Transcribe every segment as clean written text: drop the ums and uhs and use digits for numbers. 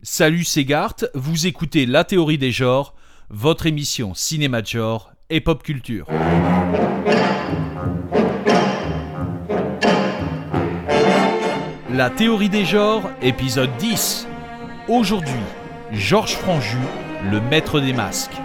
Salut, c'est Gart, vous écoutez La Théorie des genres, votre émission cinéma de genre et pop culture. La Théorie des genres, épisode 10. Aujourd'hui, Georges Franju, le maître des masques.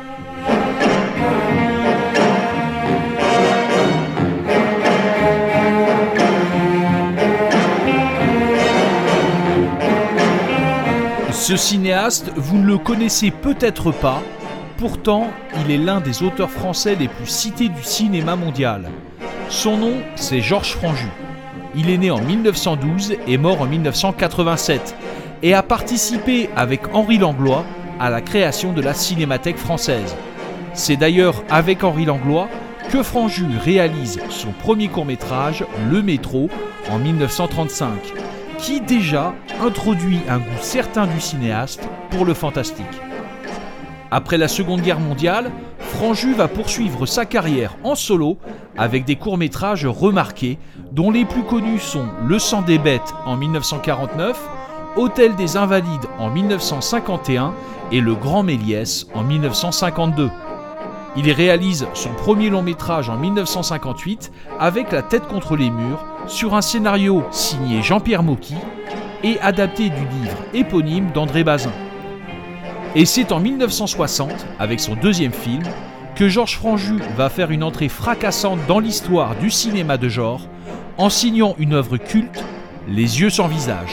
Ce cinéaste, vous ne le connaissez peut-être pas, pourtant il est l'un des auteurs français les plus cités du cinéma mondial. Son nom, c'est Georges Franju. Il est né en 1912 et mort en 1987 et a participé avec Henri Langlois à la création de la Cinémathèque française. C'est d'ailleurs avec Henri Langlois que Franju réalise son premier court-métrage, Le Métro, en 1935. Qui déjà introduit un goût certain du cinéaste pour le fantastique. Après la Seconde Guerre mondiale, Franju va poursuivre sa carrière en solo avec des courts-métrages remarqués, dont les plus connus sont Le sang des bêtes en 1949, Hôtel des Invalides en 1951 et Le Grand Méliès en 1952. Il y réalise son premier long-métrage en 1958 avec La tête contre les murs, sur un scénario signé Jean-Pierre Mocky et adapté du livre éponyme d'André Bazin. Et c'est en 1960, avec son deuxième film, que Georges Franju va faire une entrée fracassante dans l'histoire du cinéma de genre, en signant une œuvre culte, Les yeux sans visage.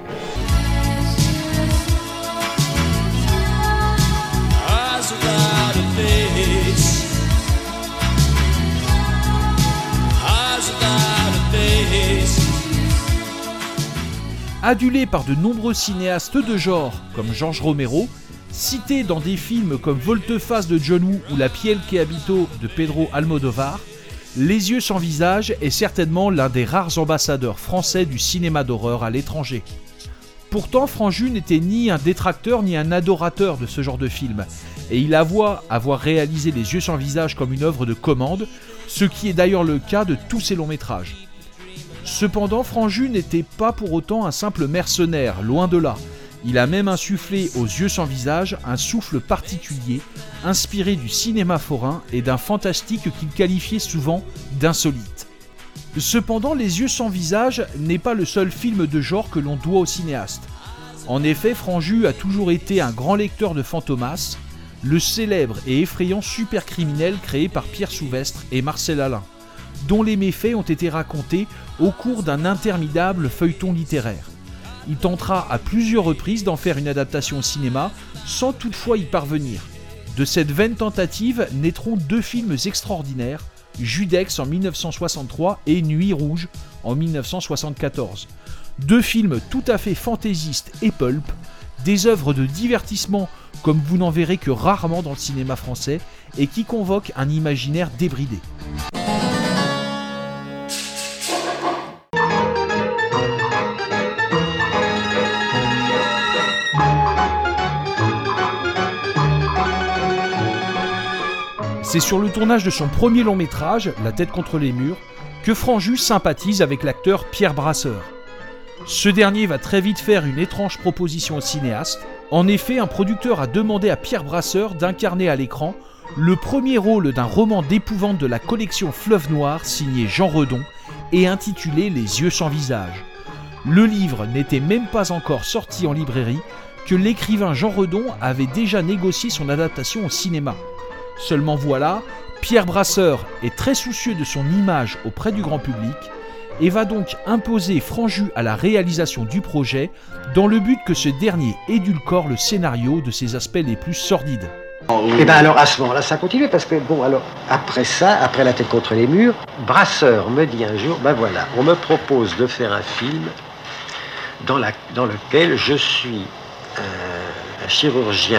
Adulé par de nombreux cinéastes de genre comme Georges Romero, cité dans des films comme Volte-face de John Woo ou La piel que habito de Pedro Almodóvar, Les yeux sans visage est certainement l'un des rares ambassadeurs français du cinéma d'horreur à l'étranger. Pourtant, Franju n'était ni un détracteur ni un adorateur de ce genre de film, et il avoue avoir réalisé Les yeux sans visage comme une œuvre de commande, ce qui est d'ailleurs le cas de tous ses longs métrages. Cependant, Franju n'était pas pour autant un simple mercenaire, loin de là. Il a même insufflé aux yeux sans visage un souffle particulier, inspiré du cinéma forain et d'un fantastique qu'il qualifiait souvent d'insolite. Cependant, Les yeux sans visage n'est pas le seul film de genre que l'on doit au cinéaste. En effet, Franju a toujours été un grand lecteur de Fantomas, le célèbre et effrayant super-criminel créé par Pierre Souvestre et Marcel Alain, dont les méfaits ont été racontés au cours d'un interminable feuilleton littéraire. Il tentera à plusieurs reprises d'en faire une adaptation au cinéma, sans toutefois y parvenir. De cette vaine tentative naîtront deux films extraordinaires, Judex en 1963 et Nuit rouge en 1974. Deux films tout à fait fantaisistes et pulp, des œuvres de divertissement comme vous n'en verrez que rarement dans le cinéma français et qui convoquent un imaginaire débridé. C'est sur le tournage de son premier long-métrage, La tête contre les murs, que Franju sympathise avec l'acteur Pierre Brasseur. Ce dernier va très vite faire une étrange proposition au cinéaste. En effet, un producteur a demandé à Pierre Brasseur d'incarner à l'écran le premier rôle d'un roman d'épouvante de la collection Fleuve Noir signé Jean Redon et intitulé Les yeux sans visage. Le livre n'était même pas encore sorti en librairie que l'écrivain Jean Redon avait déjà négocié son adaptation au cinéma. Seulement voilà, Pierre Brasseur est très soucieux de son image auprès du grand public et va donc imposer Franju à la réalisation du projet dans le but que ce dernier édulcore le scénario de ses aspects les plus sordides. Et bien alors à ce moment-là ça continue parce que bon alors après ça, après La tête contre les murs, Brasseur me dit un jour, ben voilà, on me propose de faire un film dans lequel je suis un chirurgien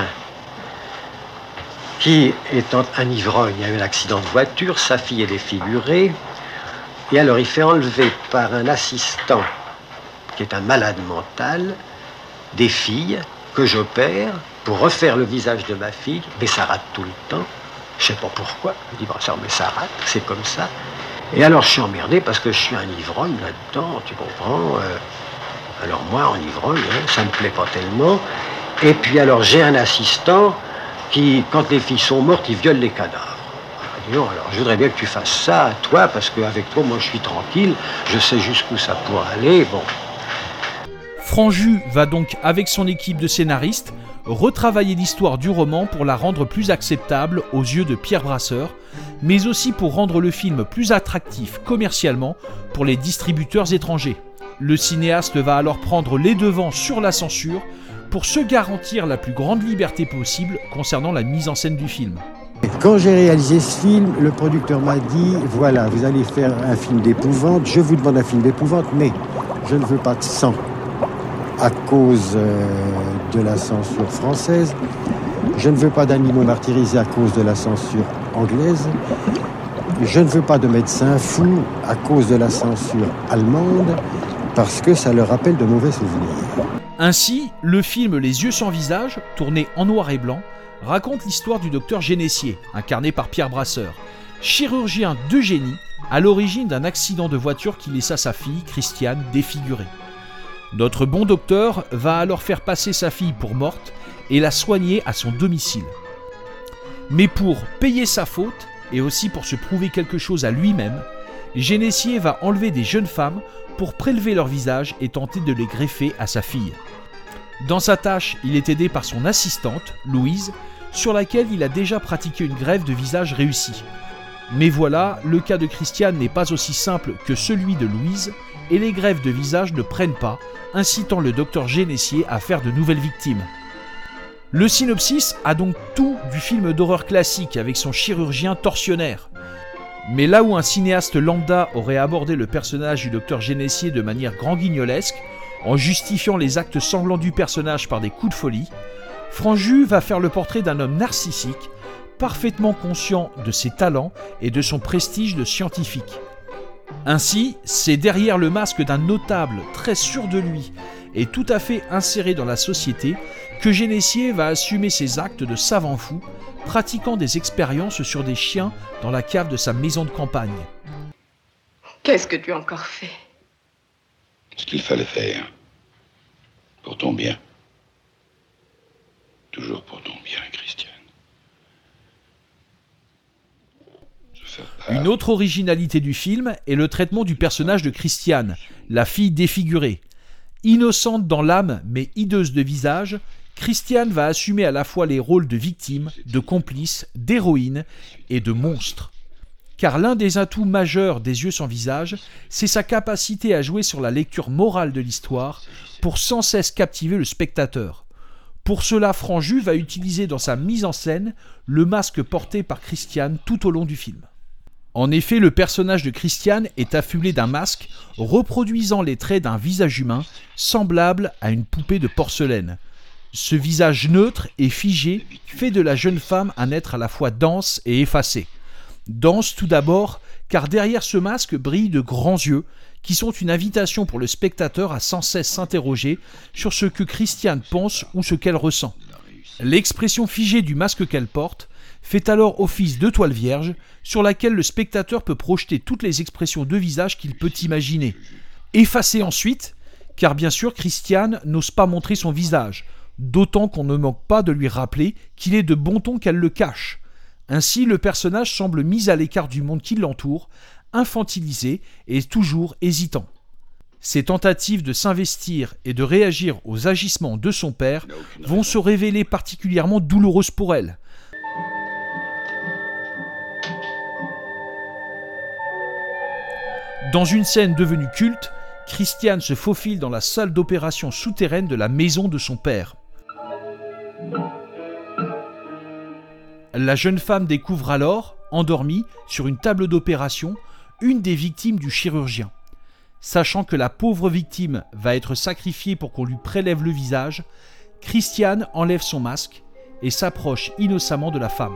qui, étant un ivrogne, a eu un accident de voiture, sa fille est défigurée, et alors il fait enlever par un assistant, qui est un malade mental, des filles que j'opère pour refaire le visage de ma fille, mais ça rate tout le temps, je sais pas pourquoi, je dis Brasseur, mais ça rate, c'est comme ça, et alors je suis emmerdé parce que je suis un ivrogne là-dedans, tu comprends, alors moi en ivrogne, ça me plaît pas tellement. Et puis alors j'ai un assistant qui, quand les filles sont mortes, il viole les cadavres. Non, alors je voudrais bien que tu fasses ça, toi, parce qu'avec toi, moi je suis tranquille, je sais jusqu'où ça pourra aller, bon. Franju va donc, avec son équipe de scénaristes, retravailler l'histoire du roman pour la rendre plus acceptable aux yeux de Pierre Brasseur, mais aussi pour rendre le film plus attractif commercialement pour les distributeurs étrangers. Le cinéaste va alors prendre les devants sur la censure pour se garantir la plus grande liberté possible concernant la mise en scène du film. Quand j'ai réalisé ce film, le producteur m'a dit « Voilà, vous allez faire un film d'épouvante, je vous demande un film d'épouvante, mais je ne veux pas de sang à cause de la censure française, je ne veux pas d'animaux martyrisés à cause de la censure anglaise, je ne veux pas de médecins fous à cause de la censure allemande, parce que ça leur rappelle de mauvais souvenirs. » Ainsi, le film Les yeux sans visage, tourné en noir et blanc, raconte l'histoire du docteur Génessier, incarné par Pierre Brasseur, chirurgien de génie, à l'origine d'un accident de voiture qui laissa sa fille, Christiane, défigurée. Notre bon docteur va alors faire passer sa fille pour morte et la soigner à son domicile. Mais pour payer sa faute, et aussi pour se prouver quelque chose à lui-même, Génessier va enlever des jeunes femmes pour prélever leur visage et tenter de les greffer à sa fille. Dans sa tâche, il est aidé par son assistante, Louise, sur laquelle il a déjà pratiqué une greffe de visage réussie. Mais voilà, le cas de Christiane n'est pas aussi simple que celui de Louise, et les greffes de visage ne prennent pas, incitant le docteur Génessier à faire de nouvelles victimes. Le synopsis a donc tout du film d'horreur classique avec son chirurgien tortionnaire. Mais là où un cinéaste lambda aurait abordé le personnage du docteur Génessier de manière grand-guignolesque, en justifiant les actes sanglants du personnage par des coups de folie, Franju va faire le portrait d'un homme narcissique, parfaitement conscient de ses talents et de son prestige de scientifique. Ainsi, c'est derrière le masque d'un notable très sûr de lui et tout à fait inséré dans la société que Génessier va assumer ses actes de savant fou, pratiquant des expériences sur des chiens dans la cave de sa maison de campagne. Qu'est-ce que tu as encore fait ? Ce qu'il fallait faire. Pour ton bien. Toujours pour ton bien, Christiane. Une autre originalité du film est le traitement du personnage de Christiane, la fille défigurée. Innocente dans l'âme mais hideuse de visage, Christiane va assumer à la fois les rôles de victime, de complice, d'héroïne et de monstre. Car l'un des atouts majeurs des yeux sans visage, c'est sa capacité à jouer sur la lecture morale de l'histoire pour sans cesse captiver le spectateur. Pour cela, Franju va utiliser dans sa mise en scène le masque porté par Christiane tout au long du film. En effet, le personnage de Christiane est affublé d'un masque reproduisant les traits d'un visage humain semblable à une poupée de porcelaine. Ce visage neutre et figé fait de la jeune femme un être à la fois dense et effacé. Dense tout d'abord, car derrière ce masque brillent de grands yeux qui sont une invitation pour le spectateur à sans cesse s'interroger sur ce que Christiane pense ou ce qu'elle ressent. L'expression figée du masque qu'elle porte fait alors office de toile vierge sur laquelle le spectateur peut projeter toutes les expressions de visage qu'il peut imaginer. Effacée ensuite, car bien sûr Christiane n'ose pas montrer son visage, d'autant qu'on ne manque pas de lui rappeler qu'il est de bon ton qu'elle le cache. Ainsi, le personnage semble mis à l'écart du monde qui l'entoure, infantilisé et toujours hésitant. Ses tentatives de s'investir et de réagir aux agissements de son père vont se révéler particulièrement douloureuses pour elle. Dans une scène devenue culte, Christiane se faufile dans la salle d'opération souterraine de la maison de son père. La jeune femme découvre alors, endormie sur une table d'opération, une des victimes du chirurgien. Sachant que la pauvre victime va être sacrifiée pour qu'on lui prélève le visage, Christiane enlève son masque et s'approche innocemment de la femme.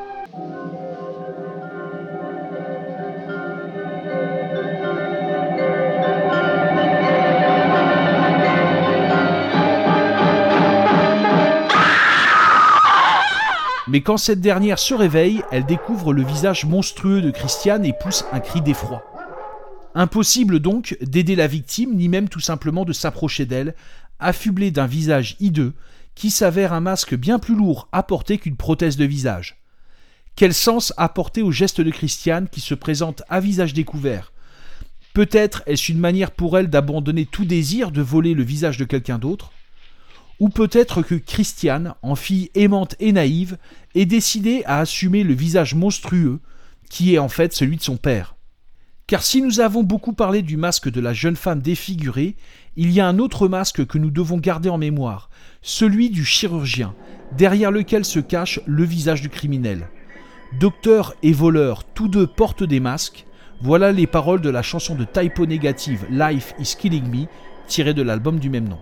Mais quand cette dernière se réveille, elle découvre le visage monstrueux de Christiane et pousse un cri d'effroi. Impossible donc d'aider la victime, ni même tout simplement de s'approcher d'elle, affublée d'un visage hideux qui s'avère un masque bien plus lourd à porter qu'une prothèse de visage. Quel sens apporter au geste de Christiane qui se présente à visage découvert ? Peut-être est-ce une manière pour elle d'abandonner tout désir de voler le visage de quelqu'un d'autre ? Ou peut-être que Christiane, en fille aimante et naïve, est décidée à assumer le visage monstrueux qui est en fait celui de son père. Car si nous avons beaucoup parlé du masque de la jeune femme défigurée, il y a un autre masque que nous devons garder en mémoire, celui du chirurgien, derrière lequel se cache le visage du criminel. Docteur et voleur, tous deux portent des masques. Voilà les paroles de la chanson de Type O Negative, Life is Killing Me, tirée de l'album du même nom.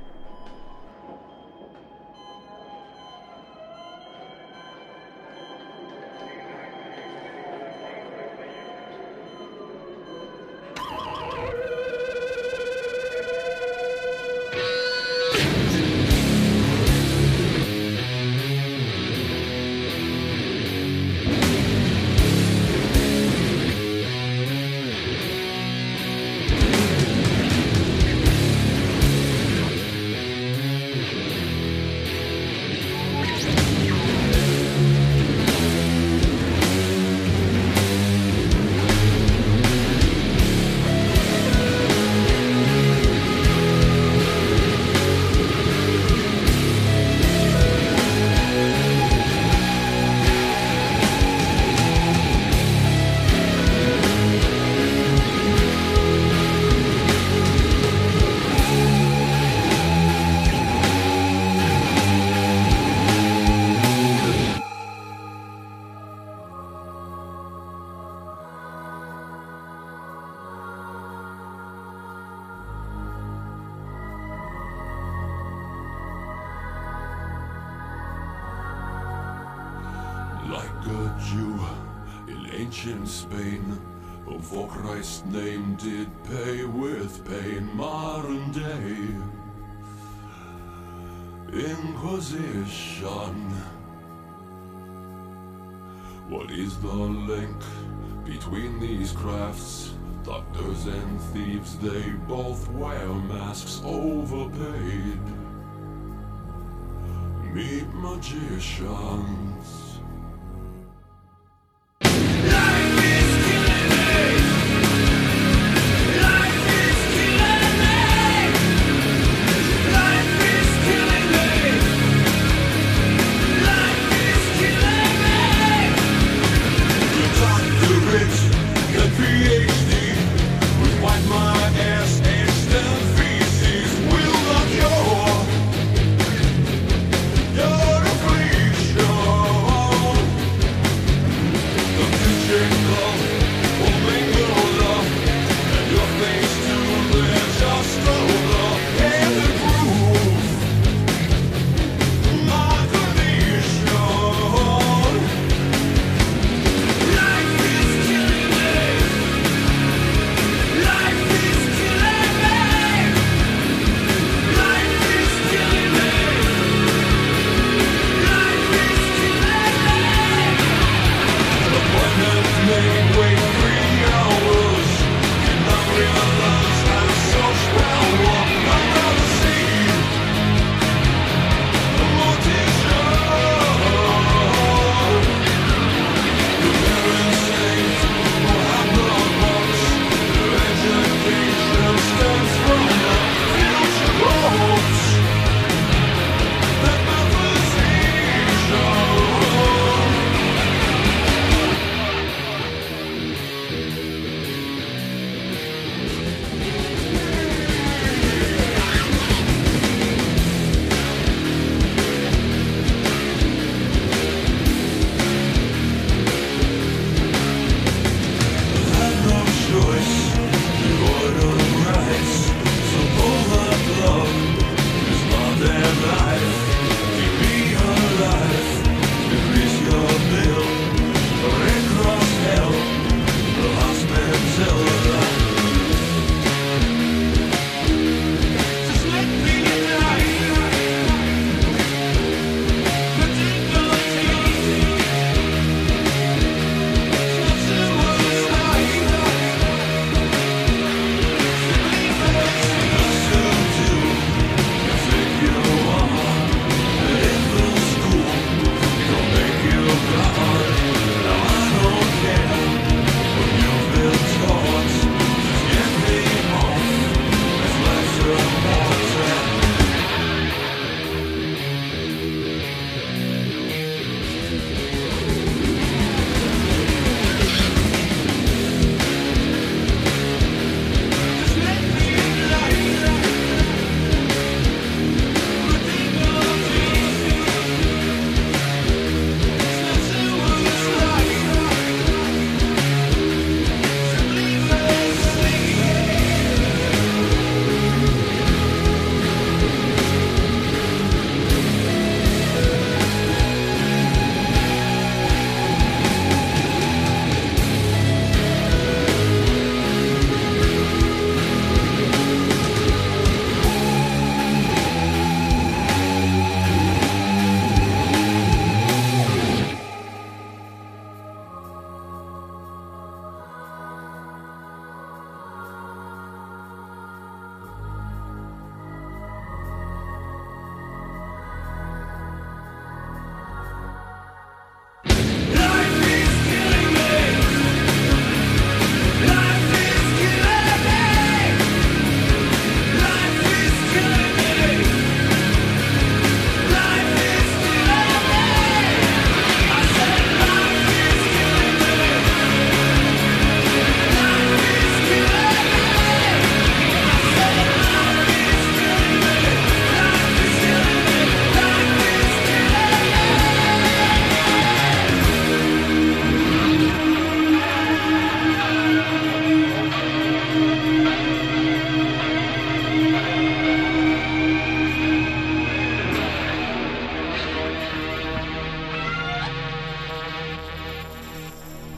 Like a Jew in ancient Spain, who for Christ's name did pay with pain. Modern day Inquisition. What is the link between these crafts? Doctors and thieves, they both wear masks, overpaid. Meet magicians. Your affliction.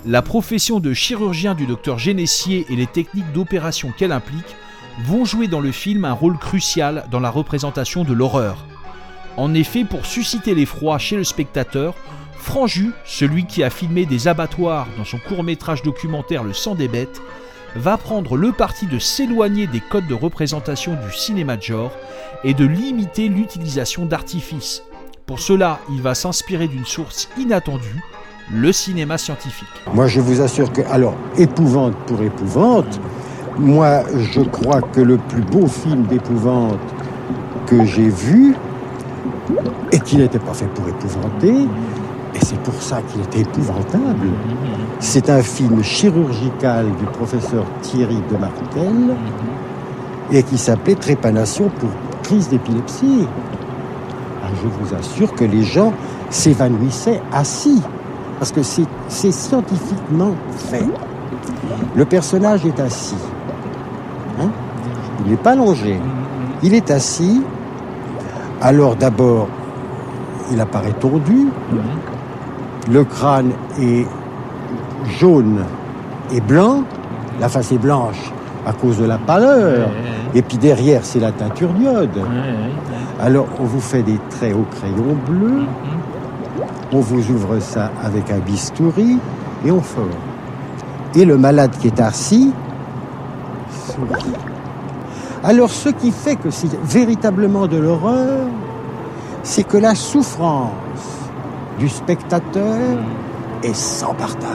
La profession de chirurgien du docteur Génessier et les techniques d'opération qu'elle implique vont jouer dans le film un rôle crucial dans la représentation de l'horreur. En effet, pour susciter l'effroi chez le spectateur, Franju, celui qui a filmé des abattoirs dans son court-métrage documentaire Le sang des bêtes, va prendre le parti de s'éloigner des codes de représentation du cinéma de genre et de limiter l'utilisation d'artifices. Pour cela, il va s'inspirer d'une source inattendue, le cinéma scientifique. Moi, je vous assure que, alors, épouvante pour épouvante, moi, je crois que le plus beau film d'épouvante que j'ai vu, et qui n'était pas fait pour épouvanter, et c'est pour ça qu'il était épouvantable, c'est un film chirurgical du professeur Thierry de Martel, et qui s'appelait Trépanation pour crise d'épilepsie. Ah, je vous assure que les gens s'évanouissaient assis, parce que c'est scientifiquement fait. Le personnage est assis. Hein? Il n'est pas allongé. Il est assis. Alors d'abord, il apparaît tordu. Le crâne est jaune et blanc. La face est blanche à cause de la pâleur. Et puis derrière, c'est la teinture d'iode. Alors, on vous fait des traits au crayon bleu. On vous ouvre ça avec un bistouri et on fort. Et le malade qui est assis sourit. Alors, ce qui fait que c'est véritablement de l'horreur, c'est que la souffrance du spectateur est sans partage.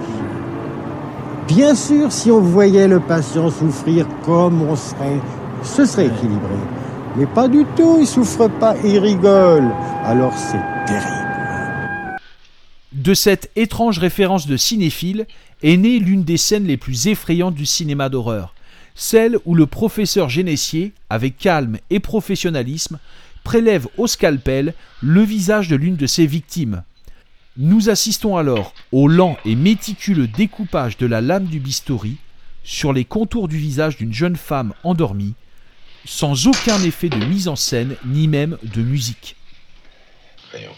Bien sûr, si on voyait le patient souffrir comme ce serait équilibré. Mais pas du tout, il souffre pas, il rigole. Alors c'est terrible. De cette étrange référence de cinéphile est née l'une des scènes les plus effrayantes du cinéma d'horreur, celle où le professeur Génessier, avec calme et professionnalisme, prélève au scalpel le visage de l'une de ses victimes. Nous assistons alors au lent et méticuleux découpage de la lame du bistouri sur les contours du visage d'une jeune femme endormie, sans aucun effet de mise en scène ni même de musique. Voyons.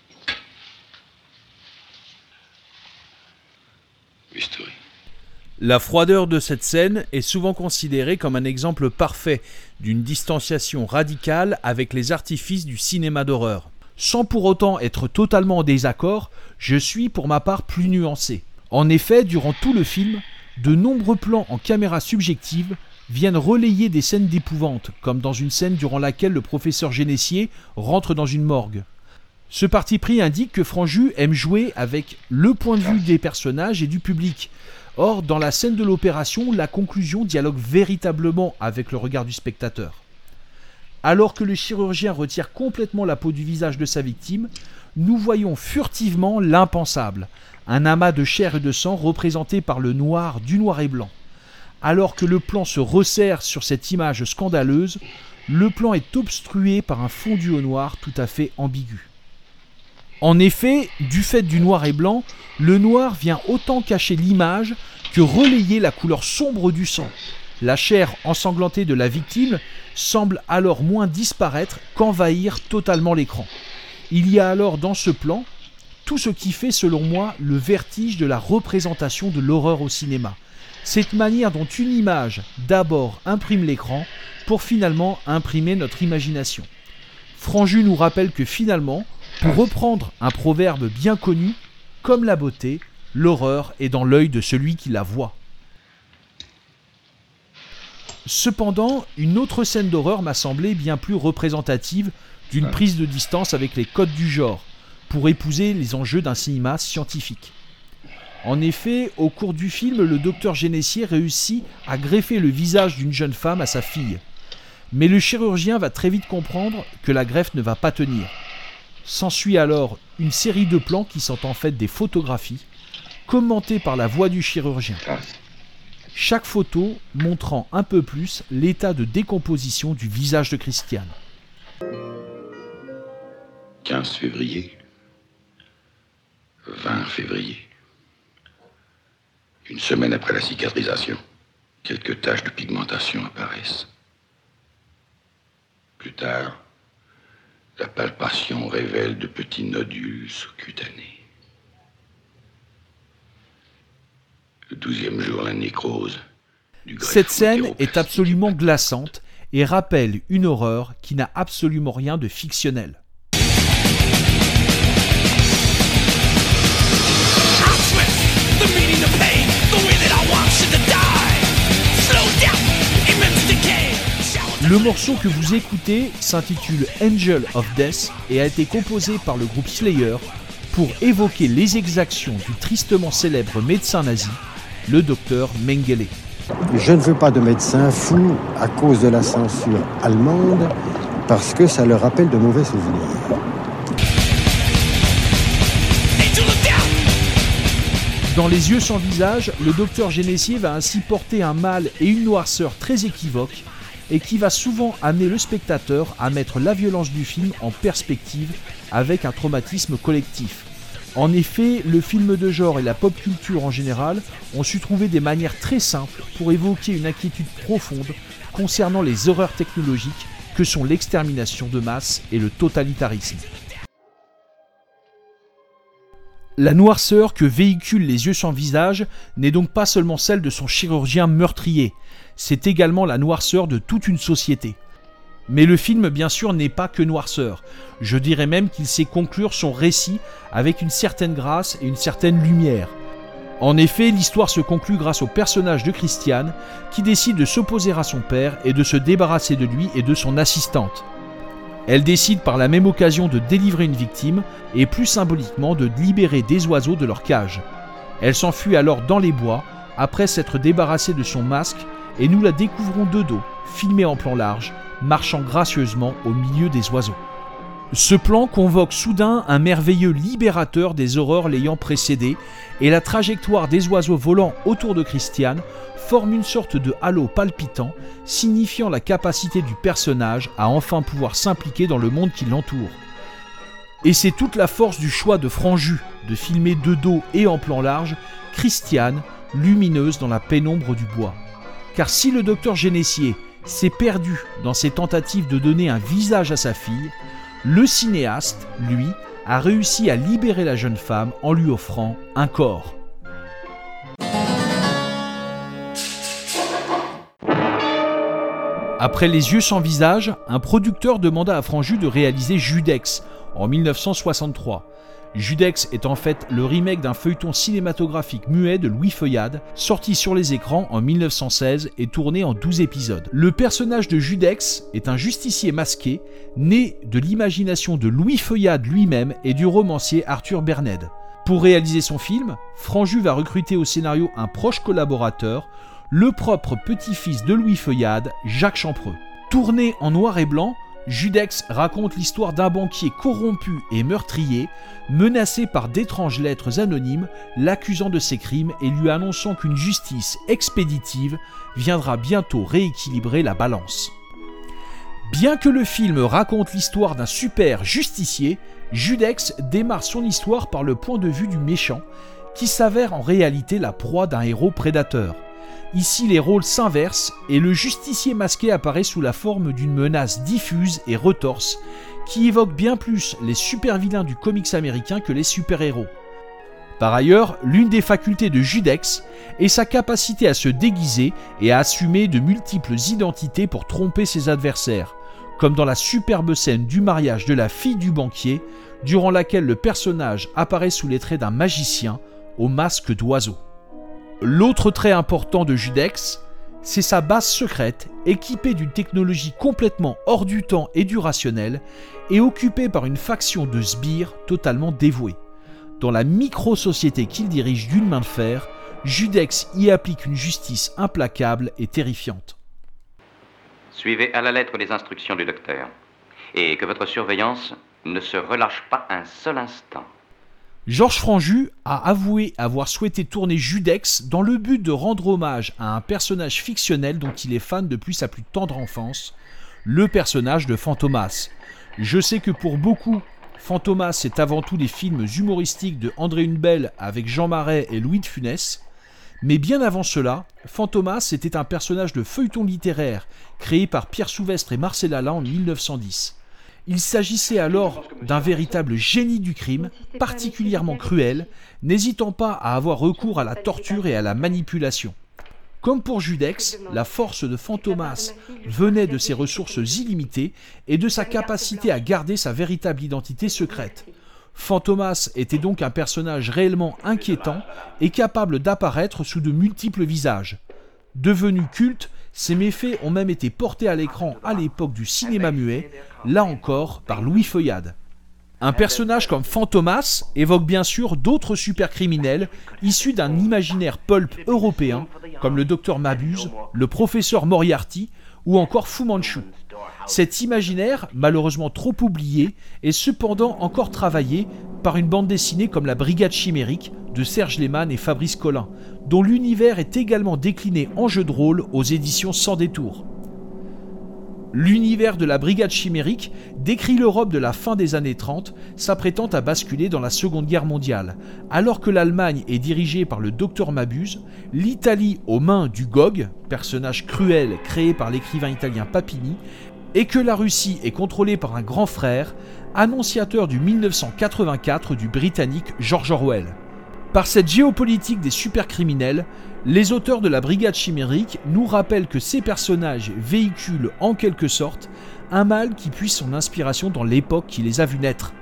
Bistouri. La froideur de cette scène est souvent considérée comme un exemple parfait d'une distanciation radicale avec les artifices du cinéma d'horreur. Sans pour autant être totalement en désaccord, je suis pour ma part plus nuancé. En effet, durant tout le film, de nombreux plans en caméra subjective viennent relayer des scènes d'épouvante, comme dans une scène durant laquelle le professeur Génessier rentre dans une morgue. Ce parti pris indique que Franju aime jouer avec le point de vue des personnages et du public. Or, dans la scène de l'opération, la conclusion dialogue véritablement avec le regard du spectateur. Alors que le chirurgien retire complètement la peau du visage de sa victime, nous voyons furtivement l'impensable, un amas de chair et de sang représenté par le noir du noir et blanc. Alors que le plan se resserre sur cette image scandaleuse, le plan est obstrué par un fondu au noir tout à fait ambigu. En effet, du fait du noir et blanc, le noir vient autant cacher l'image que relayer la couleur sombre du sang. La chair ensanglantée de la victime semble alors moins disparaître qu'envahir totalement l'écran. Il y a alors dans ce plan tout ce qui fait selon moi le vertige de la représentation de l'horreur au cinéma. Cette manière dont une image d'abord imprime l'écran pour finalement imprimer notre imagination. Franju nous rappelle que finalement, pour reprendre un proverbe bien connu, comme la beauté, l'horreur est dans l'œil de celui qui la voit. Cependant, une autre scène d'horreur m'a semblé bien plus représentative d'une prise de distance avec les codes du genre, pour épouser les enjeux d'un cinéma scientifique. En effet, au cours du film, le docteur Génessier réussit à greffer le visage d'une jeune femme à sa fille. Mais le chirurgien va très vite comprendre que la greffe ne va pas tenir. S'ensuit alors une série de plans qui sont en fait des photographies, commentées par la voix du chirurgien. Chaque photo montrant un peu plus l'état de décomposition du visage de Christiane. 15 février. 20 février. Une semaine après la cicatrisation, quelques taches de pigmentation apparaissent. Plus tard, la palpation révèle de petits nodules sous-cutanés. Le 12e jour, la nécrose. Cette scène est absolument glaçante et rappelle une horreur qui n'a absolument rien de fictionnel. Le morceau que vous écoutez s'intitule Angel of Death et a été composé par le groupe Slayer pour évoquer les exactions du tristement célèbre médecin nazi, le docteur Mengele. Je ne veux pas de médecins fous à cause de la censure allemande parce que ça leur rappelle de mauvais souvenirs. Dans Les yeux sans visage, le docteur Génessier va ainsi porter un mal et une noirceur très équivoques et qui va souvent amener le spectateur à mettre la violence du film en perspective avec un traumatisme collectif. En effet, le film de genre et la pop culture en général ont su trouver des manières très simples pour évoquer une inquiétude profonde concernant les horreurs technologiques que sont l'extermination de masse et le totalitarisme. La noirceur que véhiculent Les yeux sans visage n'est donc pas seulement celle de son chirurgien meurtrier, c'est également la noirceur de toute une société. Mais le film, bien sûr, n'est pas que noirceur. Je dirais même qu'il sait conclure son récit avec une certaine grâce et une certaine lumière. En effet, l'histoire se conclut grâce au personnage de Christiane qui décide de s'opposer à son père et de se débarrasser de lui et de son assistante. Elle décide par la même occasion de délivrer une victime et plus symboliquement de libérer des oiseaux de leur cage. Elle s'enfuit alors dans les bois après s'être débarrassée de son masque et nous la découvrons de dos, filmée en plan large, marchant gracieusement au milieu des oiseaux. Ce plan convoque soudain un merveilleux libérateur des horreurs l'ayant précédé et la trajectoire des oiseaux volant autour de Christiane forme une sorte de halo palpitant signifiant la capacité du personnage à enfin pouvoir s'impliquer dans le monde qui l'entoure. Et c'est toute la force du choix de Franju de filmer de dos et en plan large Christiane, lumineuse dans la pénombre du bois. Car si le docteur Génessier s'est perdu dans ses tentatives de donner un visage à sa fille, le cinéaste, lui, a réussi à libérer la jeune femme en lui offrant un corps. Après Les yeux sans visage, un producteur demanda à Franju de réaliser Judex en 1963. Judex est en fait le remake d'un feuilleton cinématographique muet de Louis Feuillade, sorti sur les écrans en 1916 et tourné en 12 épisodes. Le personnage de Judex est un justicier masqué, né de l'imagination de Louis Feuillade lui-même et du romancier Arthur Berned. Pour réaliser son film, Franju va recruter au scénario un proche collaborateur, le propre petit-fils de Louis Feuillade, Jacques Champreux. Tourné en noir et blanc, Judex raconte l'histoire d'un banquier corrompu et meurtrier, menacé par d'étranges lettres anonymes, l'accusant de ses crimes et lui annonçant qu'une justice expéditive viendra bientôt rééquilibrer la balance. Bien que le film raconte l'histoire d'un super justicier, Judex démarre son histoire par le point de vue du méchant, qui s'avère en réalité la proie d'un héros prédateur. Ici, les rôles s'inversent et le justicier masqué apparaît sous la forme d'une menace diffuse et retorse qui évoque bien plus les super-vilains du comics américain que les super-héros. Par ailleurs, l'une des facultés de Judex est sa capacité à se déguiser et à assumer de multiples identités pour tromper ses adversaires, comme dans la superbe scène du mariage de la fille du banquier, durant laquelle le personnage apparaît sous les traits d'un magicien au masque d'oiseau. L'autre trait important de Judex, c'est sa base secrète, équipée d'une technologie complètement hors du temps et du rationnel, et occupée par une faction de sbires totalement dévoués. Dans la micro-société qu'il dirige d'une main de fer, Judex y applique une justice implacable et terrifiante. Suivez à la lettre les instructions du docteur, et que votre surveillance ne se relâche pas un seul instant. Georges Franju a avoué avoir souhaité tourner Judex dans le but de rendre hommage à un personnage fictionnel dont il est fan depuis sa plus tendre enfance, le personnage de Fantomas. Je sais que pour beaucoup, Fantomas c'est avant tout des films humoristiques de André Hunebelle avec Jean Marais et Louis de Funès, mais bien avant cela, Fantomas était un personnage de feuilleton littéraire créé par Pierre Souvestre et Marcel Alain en 1910. Il s'agissait alors d'un véritable génie du crime, particulièrement cruel, n'hésitant pas à avoir recours à la torture et à la manipulation. Comme pour Judex, la force de Fantomas venait de ses ressources illimitées et de sa capacité à garder sa véritable identité secrète. Fantomas était donc un personnage réellement inquiétant et capable d'apparaître sous de multiples visages. Devenu culte, ses méfaits ont même été portés à l'écran à l'époque du cinéma muet, là encore par Louis Feuillade. Un personnage comme Fantomas évoque bien sûr d'autres supercriminels issus d'un imaginaire pulp européen, comme le Dr Mabuse, le professeur Moriarty ou encore Fu Manchu. Cet imaginaire, malheureusement trop oublié, est cependant encore travaillé par une bande dessinée comme La Brigade Chimérique de Serge Lehmann et Fabrice Collin, dont l'univers est également décliné en jeu de rôle aux éditions Sans Détour. L'univers de la Brigade Chimérique décrit l'Europe de la fin des années 30, s'apprêtant à basculer dans la Seconde Guerre mondiale. Alors que l'Allemagne est dirigée par le Dr Mabuse, l'Italie aux mains du Gog, personnage cruel créé par l'écrivain italien Papini, et que la Russie est contrôlée par un grand frère, annonciateur du 1984 du Britannique George Orwell. Par cette géopolitique des supercriminels, les auteurs de la Brigade Chimérique nous rappellent que ces personnages véhiculent en quelque sorte un mal qui puise son inspiration dans l'époque qui les a vus naître.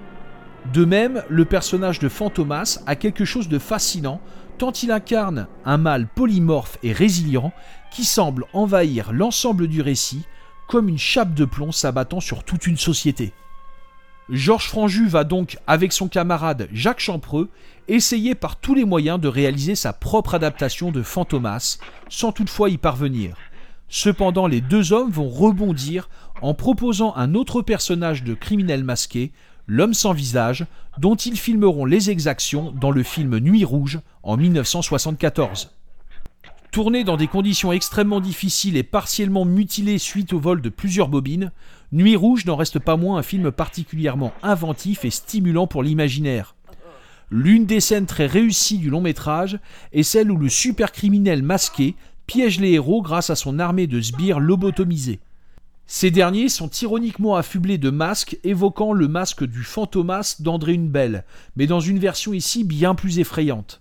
De même, le personnage de Fantomas a quelque chose de fascinant tant il incarne un mal polymorphe et résilient qui semble envahir l'ensemble du récit comme une chape de plomb s'abattant sur toute une société. Georges Franju va donc, avec son camarade Jacques Champreux, essayer par tous les moyens de réaliser sa propre adaptation de Fantomas, sans toutefois y parvenir. Cependant, les deux hommes vont rebondir en proposant un autre personnage de criminel masqué, l'homme sans visage, dont ils filmeront les exactions dans le film Nuit Rouge en 1974. Tourné dans des conditions extrêmement difficiles et partiellement mutilé suite au vol de plusieurs bobines, Nuit Rouge n'en reste pas moins un film particulièrement inventif et stimulant pour l'imaginaire. L'une des scènes très réussies du long métrage est celle où le supercriminel masqué piège les héros grâce à son armée de sbires lobotomisés. Ces derniers sont ironiquement affublés de masques évoquant le masque du Fantomas d'André Hunebelle, mais dans une version ici bien plus effrayante.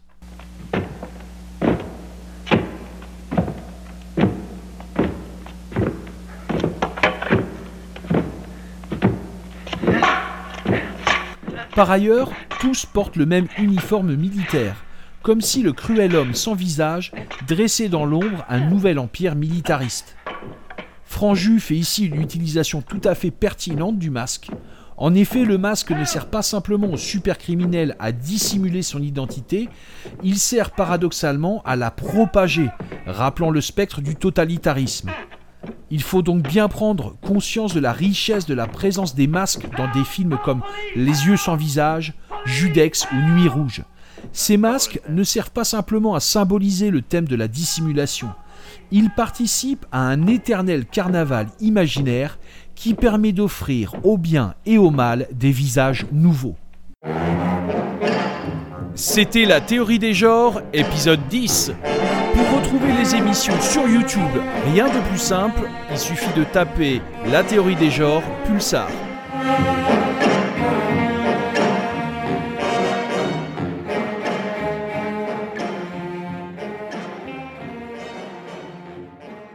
Par ailleurs, tous portent le même uniforme militaire, comme si le cruel homme sans visage dressait dans l'ombre un nouvel empire militariste. Franju fait ici une utilisation tout à fait pertinente du masque. En effet, le masque ne sert pas simplement au supercriminel à dissimuler son identité, il sert paradoxalement à la propager, rappelant le spectre du totalitarisme. Il faut donc bien prendre conscience de la richesse de la présence des masques dans des films comme Les yeux sans visage, Judex ou Nuit Rouge. Ces masques ne servent pas simplement à symboliser le thème de la dissimulation. Ils participent à un éternel carnaval imaginaire qui permet d'offrir au bien et au mal des visages nouveaux. C'était La Théorie des genres, épisode 10. Pour retrouver les émissions sur YouTube, rien de plus simple, il suffit de taper La Théorie des genres, Pulsar.